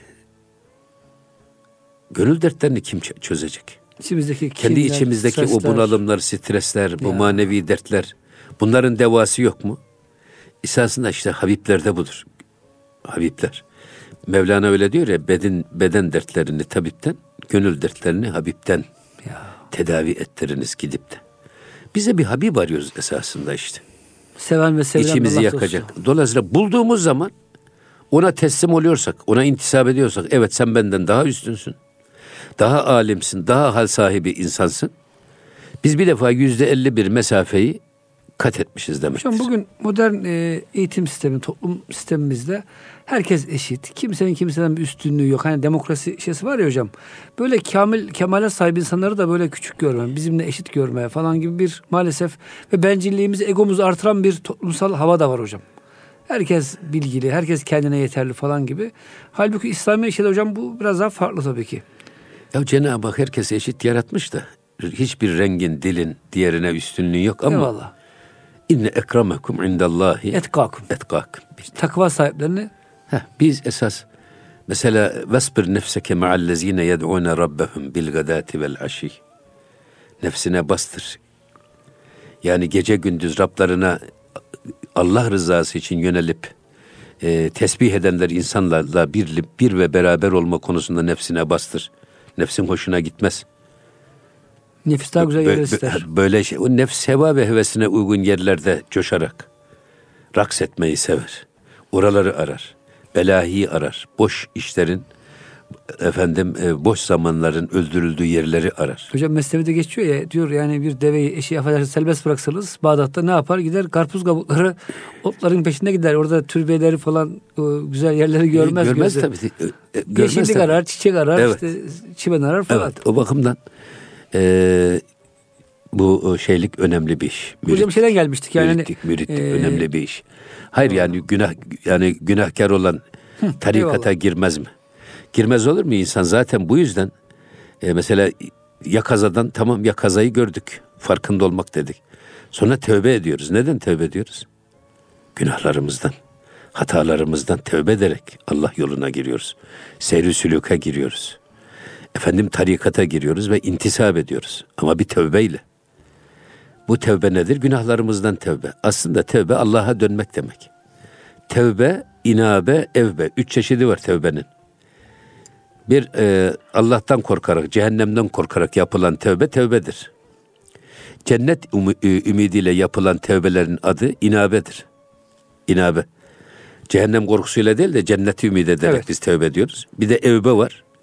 [SPEAKER 2] dertlerini kim çözecek? Kendi içimizdeki stresler, o bunalımlar, stresler, bu manevi dertler, bunların devası yok mu? Esasında işte Habiblerde budur. Habibler. Mevlana öyle diyor ya, beden dertlerini tabipten, gönül dertlerini Habib'den tedavi ettiriniz gidip de. Bize bir Habib arıyoruz esasında işte.
[SPEAKER 1] Seven ve sevilen
[SPEAKER 2] İçimizi yakacak. Olsun. Dolayısıyla bulduğumuz zaman ona teslim oluyorsak, ona intisap ediyorsak, evet sen benden daha üstünsün. Daha alimsin, daha hal sahibi insansın. Biz bir defa %51 mesafeyi kat etmişiz demektir.
[SPEAKER 1] Hocam bugün modern eğitim sistemi, toplum sistemimizde herkes eşit. Kimsenin kimseden bir üstünlüğü yok. Hani demokrasi şeysi var ya hocam. Böyle kemale sahip insanları da böyle küçük görme, bizimle eşit görmeye falan gibi bir maalesef ve bencilliğimizi, egomuzu artıran bir toplumsal hava da var hocam. Herkes bilgili, herkes kendine yeterli falan gibi. Halbuki İslami şeyde hocam bu biraz daha farklı tabii ki.
[SPEAKER 2] Ya Cenab-ı Hak herkesi eşit yaratmış da hiçbir rengin, dilin diğerine üstünlüğü yok ama
[SPEAKER 1] eyvallah.
[SPEAKER 2] İnne ekremekum indallahi
[SPEAKER 1] etkakum. Takva sahiplerini.
[SPEAKER 2] Biz esas mesela vesbir nefseke ma'allezine yed'une rabbehum bil gadati vel aşi. Nefsine bastır. Yani gece gündüz Rablarına Allah rızası için yönelip tesbih edenler insanlarla bir ve beraber olma konusunda nefsine bastır. Nefsin hoşuna gitmez.
[SPEAKER 1] Nefis daha güzel yerler ister.
[SPEAKER 2] Böyle şey, o nefs heva ve hevesine uygun yerlerde coşarak raks etmeyi sever. Oraları arar. Belahiyi arar. Boş işlerin, boş zamanların öldürüldüğü yerleri arar.
[SPEAKER 1] Hocam Mesnevi'de geçiyor ya, diyor yani bir deveyi eşeği affedersiniz serbest bıraksanız Bağdat'ta ne yapar? Gider karpuz kabukları otların peşinde gider. Orada türbeleri falan güzel yerleri görmez.
[SPEAKER 2] Görmez tabii.
[SPEAKER 1] Yeşillik arar, çiçek arar, işte çimen arar falan.
[SPEAKER 2] Evet, o bakımdan bu şeylik önemli bir iş.
[SPEAKER 1] Hocam şeyden gelmiştik yani.
[SPEAKER 2] Müritlik önemli bir iş. Hayır yani günahkar olan tarikata girmez mi? Girmez olur mu insan? Zaten bu yüzden mesela yakazadan tamam yakazayı gördük. Farkında olmak dedik. Sonra tövbe ediyoruz. Neden tövbe ediyoruz? Günahlarımızdan, hatalarımızdan tövbe ederek Allah yoluna giriyoruz. Seyr-i sülûka giriyoruz. Tarikata giriyoruz ve intisap ediyoruz. Ama bir tövbeyle. Bu tövbe nedir? Günahlarımızdan tövbe. Aslında tövbe Allah'a dönmek demek. Tövbe, inabe, evbe. 3 çeşidi var tövbenin. Bir Allah'tan korkarak, cehennemden korkarak yapılan tövbe tövbedir. Cennet ümidiyle yapılan tövbelerin adı inabedir. İnabe. Cehennem korkusuyla değil de cenneti ümit ederek biz tövbe ediyoruz. Bir de evbe var.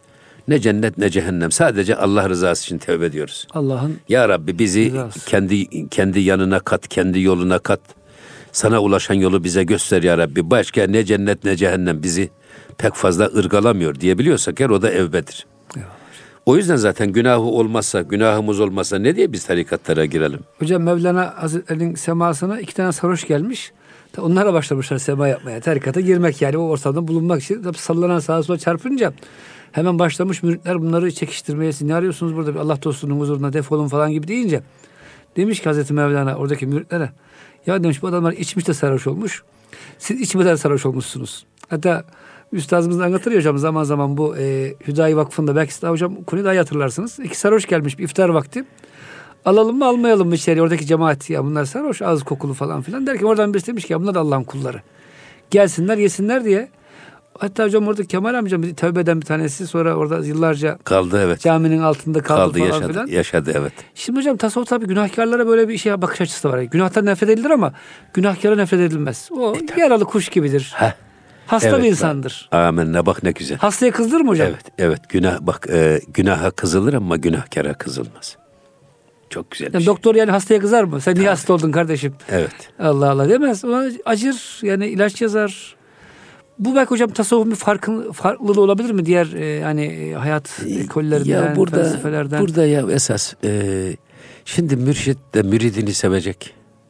[SPEAKER 2] Ne cennet ne cehennem. Sadece Allah rızası için tevbe ediyoruz.
[SPEAKER 1] Allah'ın
[SPEAKER 2] Ya Rabbi bizi
[SPEAKER 1] rızası.
[SPEAKER 2] kendi yanına kat, kendi yoluna kat. Sana ulaşan yolu bize göster ya Rabbi. Başka ne cennet ne cehennem bizi pek fazla ırgalamıyor diyebiliyorsak eğer o da evbedir.
[SPEAKER 1] Eyvallah.
[SPEAKER 2] O yüzden zaten günahımız olmasa ne diye biz tarikatlara girelim?
[SPEAKER 1] Hocam Mevlana Hazretleri'nin semasına 2 tane sarhoş gelmiş. Onlara başlamışlar sema yapmaya. Tarikata girmek yani o ortamda bulunmak için. Tabii sallanan sağa sola çarpınca hemen başlamış müritler bunları çekiştirmeye. Siz ne arıyorsunuz burada? Bir Allah dostunun huzuruna defolun falan gibi deyince. Demiş ki Hazreti Mevlana oradaki müritlere. Ya demiş bu adamlar içmiş de sarhoş olmuş. Siz içmeden sarhoş olmuşsunuz. Hatta üstazımız anlatır ya hocam zaman zaman bu Hüdayi Vakfı'nda belki siz daha hocam konuyu daha iyi hatırlarsınız. 2 sarhoş gelmiş bir iftar vakti. Alalım mı almayalım mı içeri oradaki cemaat ya bunlar sarhoş ağız kokulu falan filan derken oradan birisi demiş ki ya bunlar da Allah'ın kulları. Gelsinler yesinler diye. Hatta hocam orada Kemal amcam tövbe eden bir tanesi sonra orada yıllarca
[SPEAKER 2] Kaldı evet.
[SPEAKER 1] Caminin altında kaldı falan filan.
[SPEAKER 2] Yaşadı evet.
[SPEAKER 1] Şimdi hocam tasavvuf tabii günahkarlara böyle bir şey bakış açısı da var. Günahtan nefret edilir ama günahkara nefret edilmez. O yaralı kuş gibidir. Hasta
[SPEAKER 2] evet,
[SPEAKER 1] bir insandır.
[SPEAKER 2] Amenna bak ne güzel.
[SPEAKER 1] Hastaya kızdırır mı hocam?
[SPEAKER 2] Evet günaha kızılır ama günahkara kızılmaz. Çok güzel
[SPEAKER 1] yani doktor yani hastaya kızar mı? Sen niye hasta oldun kardeşim?
[SPEAKER 2] Evet.
[SPEAKER 1] Allah Allah demez. Ona acır yani ilaç yazar. Bu belki hocam tasavvufun bir farklılığı olabilir mi diğer hayat ekollerinden, felsefelerden?
[SPEAKER 2] Burada ya esas şimdi mürşit de müridini sevecek.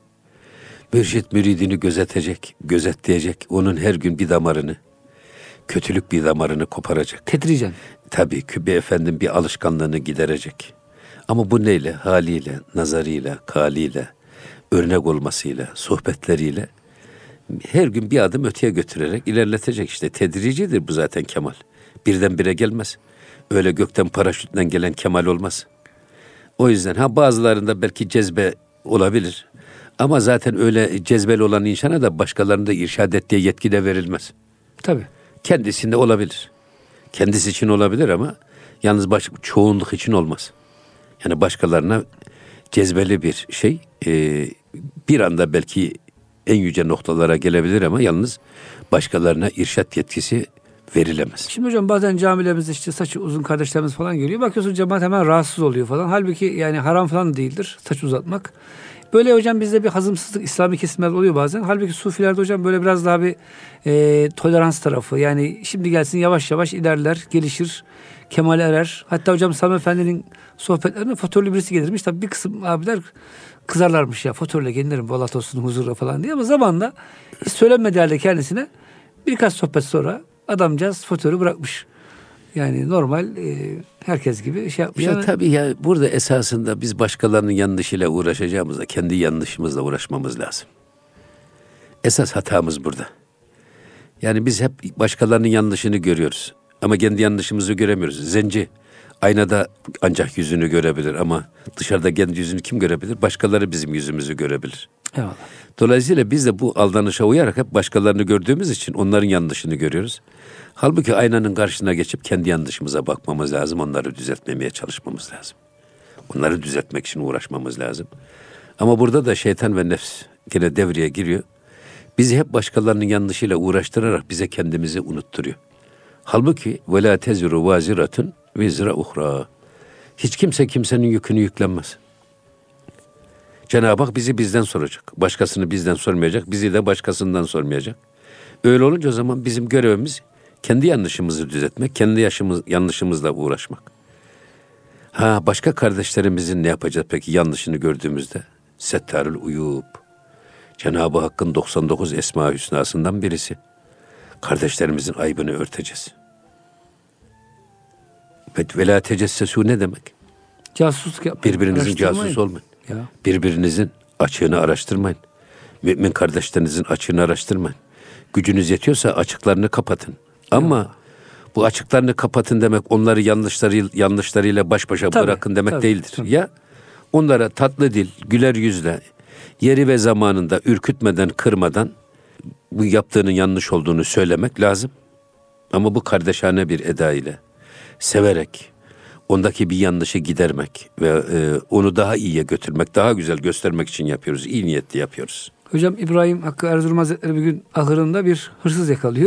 [SPEAKER 2] Mürşit müridini gözetleyecek. Onun her gün bir damarını, kötülük bir damarını koparacak.
[SPEAKER 1] Tedricen.
[SPEAKER 2] Tabii ki bir efendim bir alışkanlığını giderecek. Ama bu neyle? Haliyle, nazarıyla, kaliyle, örnek olmasıyla, sohbetleriyle her gün bir adım öteye götürerek ilerletecek işte. Tedricidir bu zaten kemal. Birdenbire gelmez. Öyle gökten paraşütle gelen kemal olmaz. O yüzden bazılarında belki cezbe olabilir. Ama zaten öyle cezbeli olan insana da başkalarını da irşad ettiği yetki de verilmez.
[SPEAKER 1] Tabii.
[SPEAKER 2] Kendisinde olabilir. Kendisi için olabilir ama yalnız çoğunluk için olmaz. Yani başkalarına cezbeli bir şey bir anda belki en yüce noktalara gelebilir ama yalnız başkalarına irşat yetkisi verilemez.
[SPEAKER 1] Şimdi hocam bazen camilerimizde işte saçı uzun kardeşlerimiz falan geliyor. Bakıyorsun cemaat hemen rahatsız oluyor falan. Halbuki yani haram falan değildir saç uzatmak. Böyle hocam bizde bir hazımsızlık İslami kesimler oluyor bazen. Halbuki Sufilerde hocam böyle biraz daha bir tolerans tarafı. Yani şimdi gelsin yavaş yavaş ilerler, gelişir, kemale erer. Hatta hocam Sami Efendi'nin sohbetlerine fotörlü birisi gelirmiş. Tabii bir kısım abiler kızarlarmış ya fotoğrafla gelinirim Allah olsun huzurla falan diye ama zamanla hiç söylenmediği halde kendisine birkaç sohbet sonra adamcağız fotoğrafı bırakmış. Yani normal herkes gibi şey yapmış.
[SPEAKER 2] Ya tabii ya burada esasında biz başkalarının yanlışıyla uğraşacağımızda kendi yanlışımızla uğraşmamız lazım. Esas hatamız burada. Yani biz hep başkalarının yanlışını görüyoruz ama kendi yanlışımızı göremiyoruz. Zenci aynada ancak yüzünü görebilir ama dışarıda kendi yüzünü kim görebilir? Başkaları bizim yüzümüzü görebilir.
[SPEAKER 1] Eyvallah.
[SPEAKER 2] Dolayısıyla biz de bu aldanışa uyarak hep başkalarını gördüğümüz için onların yanlışını görüyoruz. Halbuki aynanın karşısına geçip kendi yanlışımıza bakmamız lazım. Onları düzeltmemeye çalışmamız lazım. Onları düzeltmek için uğraşmamız lazım. Ama burada da şeytan ve nefs gene devreye giriyor. Bizi hep başkalarının yanlışıyla uğraştırarak bize kendimizi unutturuyor. Halbuki وَلَا تَزِرُ وَازِرَةٌ وِزْرَ اُخْرَى. Hiç kimse kimsenin yükünü yüklenmez. Cenab-ı Hak bizi bizden soracak. Başkasını bizden sormayacak. Bizi de başkasından sormayacak. Öyle olunca o zaman bizim görevimiz kendi yanlışımızı düzeltmek, kendi yanlışımızla uğraşmak. Başka kardeşlerimizin ne yapacağız peki yanlışını gördüğümüzde? Settarül uyub. Cenab-ı Hakk'ın 99 Esma-i Hüsna'sından birisi. Kardeşlerimizin aybını örteceğiz. Ve la tecessesu ne demek?
[SPEAKER 1] Casusluk yapmayın.
[SPEAKER 2] Birbirinizin casusu olmayın.
[SPEAKER 1] Ya.
[SPEAKER 2] Birbirinizin açığını araştırmayın. Mümin kardeşlerinizin açığını araştırmayın. Gücünüz yetiyorsa açıklarını kapatın. Ama bu açıklarını kapatın demek onları yanlışlarıyla baş başa bırakın demek değildir. Tabii. Ya onlara tatlı dil, güler yüzle, yeri ve zamanında ürkütmeden, kırmadan bu yaptığının yanlış olduğunu söylemek lazım. Ama bu kardeşane bir eda ile severek ondaki bir yanlışı gidermek ve onu daha iyiye götürmek, daha güzel göstermek için yapıyoruz. İyi niyetli yapıyoruz.
[SPEAKER 1] Hocam İbrahim Hakkı Erzurum Hazretleri bir gün ahırında bir hırsız yakalıyor.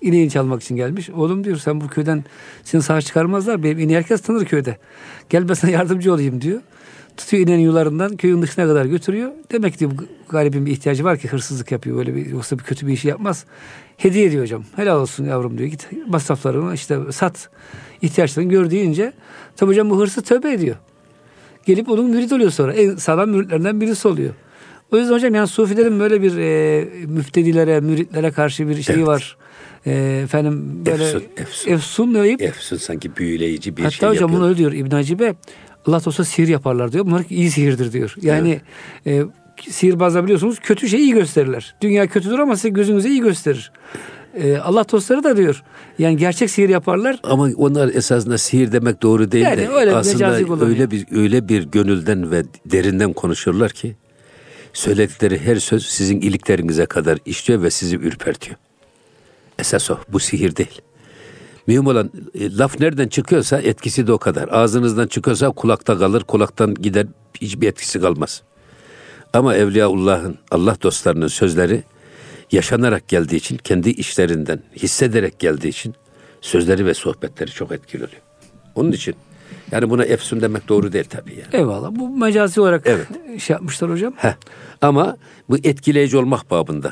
[SPEAKER 1] İneğini çalmak için gelmiş. Oğlum diyor, sen bu köyden seni sağ çıkarmazlar. Benim ineği herkes tanır köyde. Gel ben sana yardımcı olayım diyor. Tutuyor ineğin yularından köyün dışına kadar götürüyor. Demek ki diyor, bu garibin bir ihtiyacı var ki hırsızlık yapıyor. Öyle bir, yoksa bir kötü bir işi yapmaz. Hediye ediyor hocam. Helal olsun yavrum diyor. Git masraflarını işte sat. İhtiyaçlarını gör deyince tabi hocam bu hırsız tövbe ediyor. Gelip onun mürit oluyor sonra. En sağlam müritlerinden birisi oluyor. O yüzden hocam yani Sufilerin böyle bir müftedilere, müritlere karşı bir şeyi var. Efendim böyle efsun deyip.
[SPEAKER 2] Efsun sanki büyüleyici bir
[SPEAKER 1] hatta
[SPEAKER 2] şey
[SPEAKER 1] hocam
[SPEAKER 2] yapıyor.
[SPEAKER 1] bunu öyle diyor İbn Hacibe. Allah olsa sihir yaparlar diyor. Bunlar iyi sihirdir diyor. Yani sihirbazlar biliyorsunuz kötü şeyi iyi gösterirler. Dünya kötüdür ama size gözünüze iyi gösterir. Allah dostları da diyor. Yani gerçek sihir yaparlar.
[SPEAKER 2] Ama onlar esasında sihir demek doğru değil
[SPEAKER 1] yani
[SPEAKER 2] de
[SPEAKER 1] öyle
[SPEAKER 2] aslında öyle bir gönülden ve derinden konuşurlar ki söyledikleri her söz sizin iliklerinize kadar işliyor ve sizi ürpertiyor. Esas o. Bu sihir değil. Mühim olan laf nereden çıkıyorsa etkisi de o kadar. Ağzınızdan çıkıyorsa kulakta kalır, kulaktan gider, hiçbir etkisi kalmaz. Ama Evliyaullah'ın, Allah dostlarının sözleri yaşanarak geldiği için, kendi işlerinden hissederek geldiği için sözleri ve sohbetleri çok etkili oluyor. Onun için yani buna efsun demek doğru değil tabii yani.
[SPEAKER 1] Eyvallah. Bu mecazi olarak şey yapmışlar hocam.
[SPEAKER 2] Ama bu etkileyici olmak babında.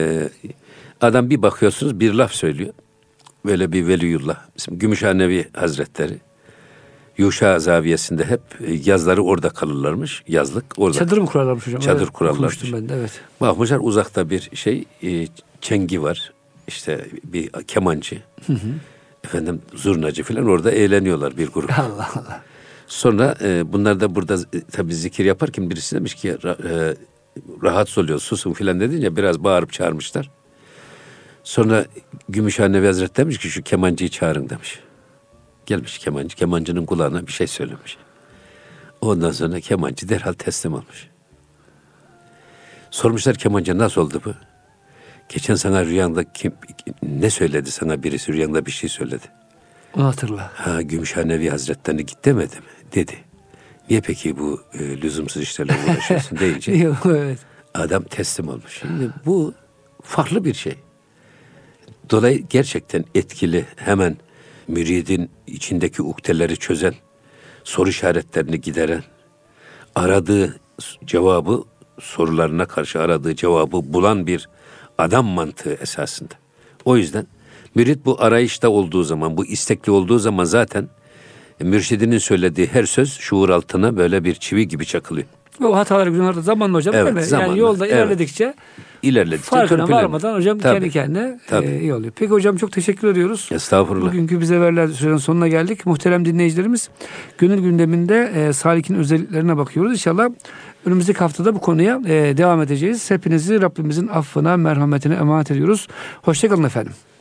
[SPEAKER 2] Adam bir bakıyorsunuz bir laf söylüyor. Böyle bir veliyullah. Gümüşhanevi Hazretleri. Yuşa zaviyesinde hep yazları orada kalırlarmış. Yazlık orada.
[SPEAKER 1] Çadır mı kurarlarmış hocam?
[SPEAKER 2] Çadır kurarlarmış.
[SPEAKER 1] Ben de, evet.
[SPEAKER 2] Bakmışlar uzakta bir çengi var. İşte bir kemancı. Efendim zurnacı falan orada eğleniyorlar bir grup.
[SPEAKER 1] Allah Allah.
[SPEAKER 2] Sonra bunlar da burada tabii zikir yaparken birisi demiş ki rahatsız oluyor, susun filan dedince biraz bağırıp çağırmışlar. Sonra Gümüşhanevi Hazretleri demiş ki şu kemancıyı çağırın demiş. Gelmiş kemancı, kemancının kulağına bir şey söylemiş. Ondan sonra kemancı derhal teslim olmuş. Sormuşlar kemancı nasıl oldu bu? Geçen sana rüyanda ne söyledi sana birisi rüyanda bir şey söyledi.
[SPEAKER 1] Onu hatırla.
[SPEAKER 2] Gümüşhanevi Hazretlerini git demedi mi? Dedi. Niye peki bu lüzumsuz işlerle uğraşıyorsun deyince
[SPEAKER 1] evet.
[SPEAKER 2] adam teslim olmuş. Şimdi bu farklı bir şey. Dolayı gerçekten etkili, hemen müridin içindeki ukdeleri çözen, soru işaretlerini gideren, aradığı cevabı, sorularına karşı aradığı cevabı bulan bir adam mantığı esasında. O yüzden mürid bu arayışta olduğu zaman, bu istekli olduğu zaman zaten mürşidinin söylediği her söz şuur altına böyle bir çivi gibi çakılıyor.
[SPEAKER 1] O hatalar günahlarda zamanla hocam değil mi?
[SPEAKER 2] Zamanla,
[SPEAKER 1] yani yolda ilerledikçe farkına varmadan hocam kendi kendine iyi oluyor. Peki hocam çok teşekkür ediyoruz.
[SPEAKER 2] Estağfurullah.
[SPEAKER 1] Bugünkü bize verilen sürenin sonuna geldik. Muhterem dinleyicilerimiz, gönül gündeminde salikin özelliklerine bakıyoruz. İnşallah önümüzdeki haftada bu konuya devam edeceğiz. Hepinizi Rabbimizin affına, merhametine emanet ediyoruz. Hoşça kalın efendim.